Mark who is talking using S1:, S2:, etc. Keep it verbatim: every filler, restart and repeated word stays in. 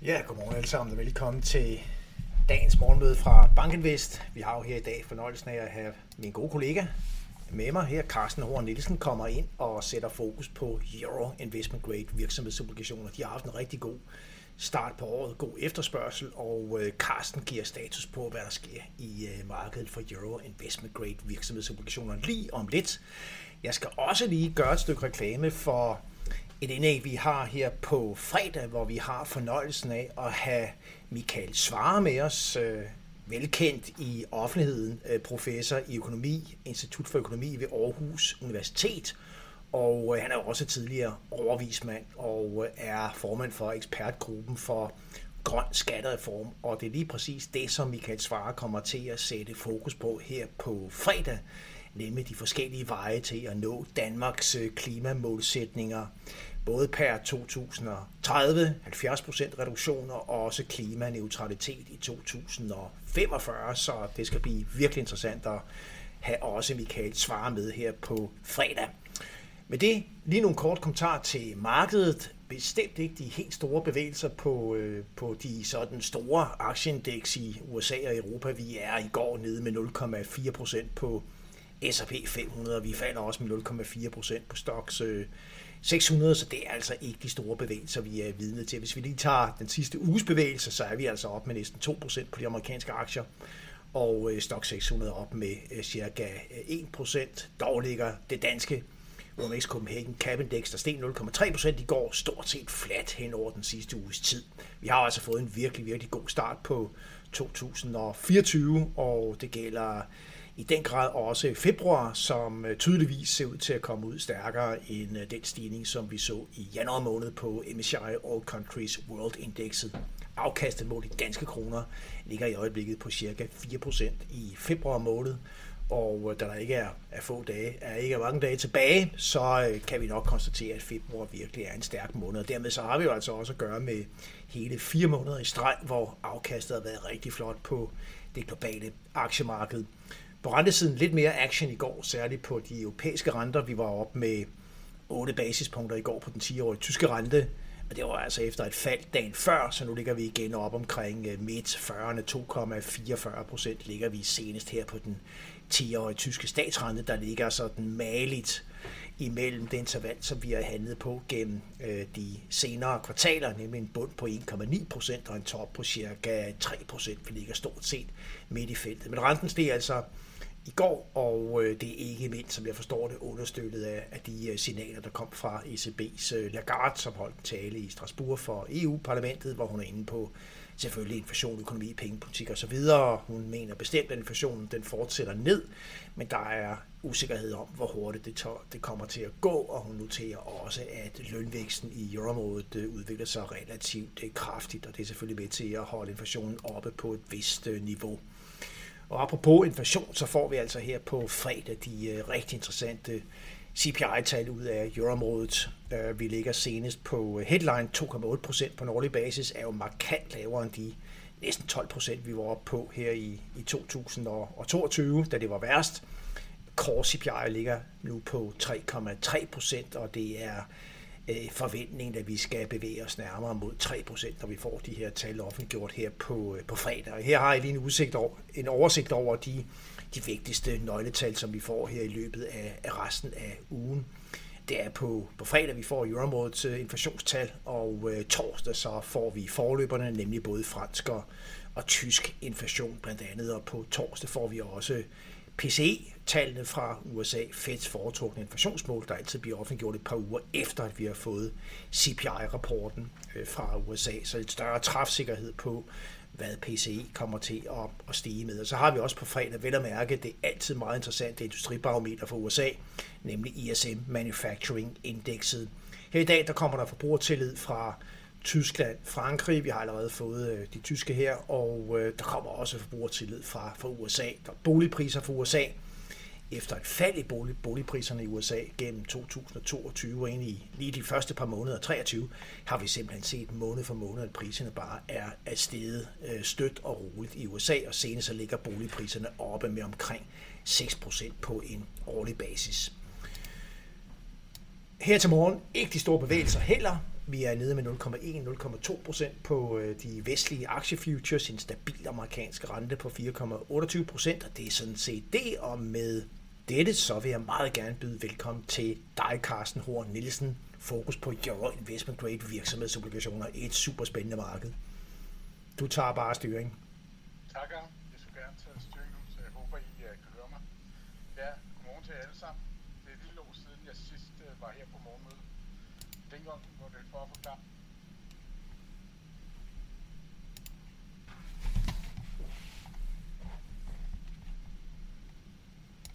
S1: Ja, godmorgen alle sammen, og velkommen til dagens morgenmøde fra BankInvest. Vi har jo her i dag fornøjelsen af at have min gode kollega med mig her. Carsten Horn Nielsen kommer ind og sætter fokus på Euro Investment Grade virksomhedsobligationer. De har haft en rigtig god start på året, god efterspørgsel, og Carsten giver status på, hvad der sker i markedet for Euro Investment Grade virksomhedsobligationer lige om lidt. Jeg skal også lige gøre et stykke reklame for et indlæg, vi har her på fredag, hvor vi har fornøjelsen af at have Michael Svarer med os, øh, velkendt i offentligheden, øh, professor i økonomi, Institut for Økonomi ved Aarhus Universitet, og øh, han er også tidligere overvismand og øh, er formand for ekspertgruppen for grøn skattereform, og det er lige præcis det, som Michael Svarer kommer til at sætte fokus på her på fredag, nemlig de forskellige veje til at nå Danmarks klimamålsætninger, både per to tusind og tredive, halvfjerds procent reduktioner og også klimaneutralitet i to tusind og femogfyrre, så det skal blive virkelig interessant at have også Michael Svarer med her på fredag. Med det lige nogle kort kommentarer til markedet. Bestemt ikke de helt store bevægelser på, øh, på de sådan store aktieindeks i U S A og Europa. Vi er i går nede med nul komma fire procent på S og P fem hundrede, vi falder også med nul komma fire procent på Stoxx seks hundrede, så det er altså ikke de store bevægelser, vi er vidne til. Hvis vi lige tager den sidste uges bevægelse, så er vi altså op med næsten to procent på de amerikanske aktier, og Stoxx seks hundrede op med cirka en procent. Dog ligger det danske O M X Copenhagen Cap Index, der steg nul komma tre procent i går, stort set fladt hen over den sidste uges tid. Vi har altså fået en virkelig, virkelig god start på to tusind og fireogtyve, og det gælder i den grad også februar, som tydeligvis ser ud til at komme ud stærkere end den stigning, som vi så i januar måned på M S C I All Countries World Indexet. Afkastet målt i danske kroner ligger i øjeblikket på cirka fire procent i februar måned, og da der ikke er, er få dage, er ikke er mange dage tilbage, så kan vi nok konstatere, at februar virkelig er en stærk måned. Og dermed så har vi jo altså også at gøre med hele fire måneder i streg, hvor afkastet har været rigtig flot på det globale aktiemarked. På rentesiden lidt mere action i går, særligt på de europæiske renter. Vi var op med otte basispunkter i går på den ti-årige tyske rente, og det var altså efter et fald dagen før, så nu ligger vi igen op omkring midt fyrrerne, to komma fireogfyrre procent ligger vi senest her på den ti-årige tyske statsrente, der ligger sådan maligt imellem det interval, som vi har handlet på gennem øh, de senere kvartaler, nemlig en bund på en komma ni procent og en top på cirka tre procent. Vi ligger stort set midt i feltet. Men renten steg altså i går, og øh, det er ikke mindst, som jeg forstår det, understøttet af, af de øh, signaler, der kom fra E C B's øh, Lagarde, som holdt en tale i Strasbourg for E U-parlamentet, hvor hun er inde på selvfølgelig inflation, økonomi, pengepolitik osv. Hun mener bestemt, at inflationen den fortsætter ned, men der er usikkerhed om, hvor hurtigt det, tør, det kommer til at gå, og hun noterer også, at lønvæksten i euroområdet udvikler sig relativt kraftigt, og det er selvfølgelig med til at holde inflationen oppe på et vist niveau. Og apropos inflation, så får vi altså her på fredag de rigtig interessante C P I-tal ud af euroområdet. Vi ligger senest på headline to komma otte procent på en årlig basis, er jo markant lavere end de næsten tolv procent, vi var oppe på her i, i to tusind og toogtyve, da det var værst. Core C P I ligger nu på tre komma tre procent, og det er øh, forventningen, at vi skal bevæge os nærmere mod tre procent, når vi får de her tal offentliggjort her på, øh, på fredag. Og her har jeg lige en, udsigt over, en oversigt over de de vigtigste nøgletal, som vi får her i løbet af, af resten af ugen. Det er på, på fredag, vi får euroområdets inflationstal, og øh, torsdag så får vi forløberne, nemlig både fransk og, og tysk inflation blandt andet, og på torsdag får vi også P C E-tallene fra U S A, Feds foretrukne inflationsmål, der altid bliver offentliggjort et par uger efter, at vi har fået C P I-rapporten øh, fra U S A, så et større træfsikkerhed på, hvad P C E kommer til at, at stige med. Og så har vi også på fredag, vel at mærke, det er altid meget interessant, det industribarometer fra U S A, nemlig I S M Manufacturing Indexet. Her i dag, der kommer der forbrugertillid fra Tyskland, Frankrig, vi har allerede fået øh, de tyske her, og øh, der kommer også forbrugertillid fra, fra U S A. Der er boligpriser fra U S A. Efter et fald i bolig, boligpriserne i U S A gennem to tusind og toogtyve og egentlig lige de første par måneder af treogtyve, har vi simpelthen set måned for måned, at priserne bare er, er steget øh, stødt og roligt i U S A, og senest så ligger boligpriserne oppe med omkring seks procent på en årlig basis. Her til morgen ikke de store bevægelser heller. Vi er nede med nul komma en til nul komma to procent på de vestlige aktiefutures, en stabil amerikansk rente på fire komma otteogtyve procent, og det er sådan set det, og med dette så vil jeg meget gerne byde velkommen til dig, Carsten Horn Nielsen, fokus på Euro Investment Grade virksomhedsobligationer, et super spændende marked. Du tager bare styring.
S2: Tak, jeg skulle gerne tage styring nu, så jeg håber, I uh, kan høre mig. Ja, godmorgen til jer alle sammen. Det er et lille år siden, jeg sidst uh, var her på morgenmødet. Dengang var det for at forklare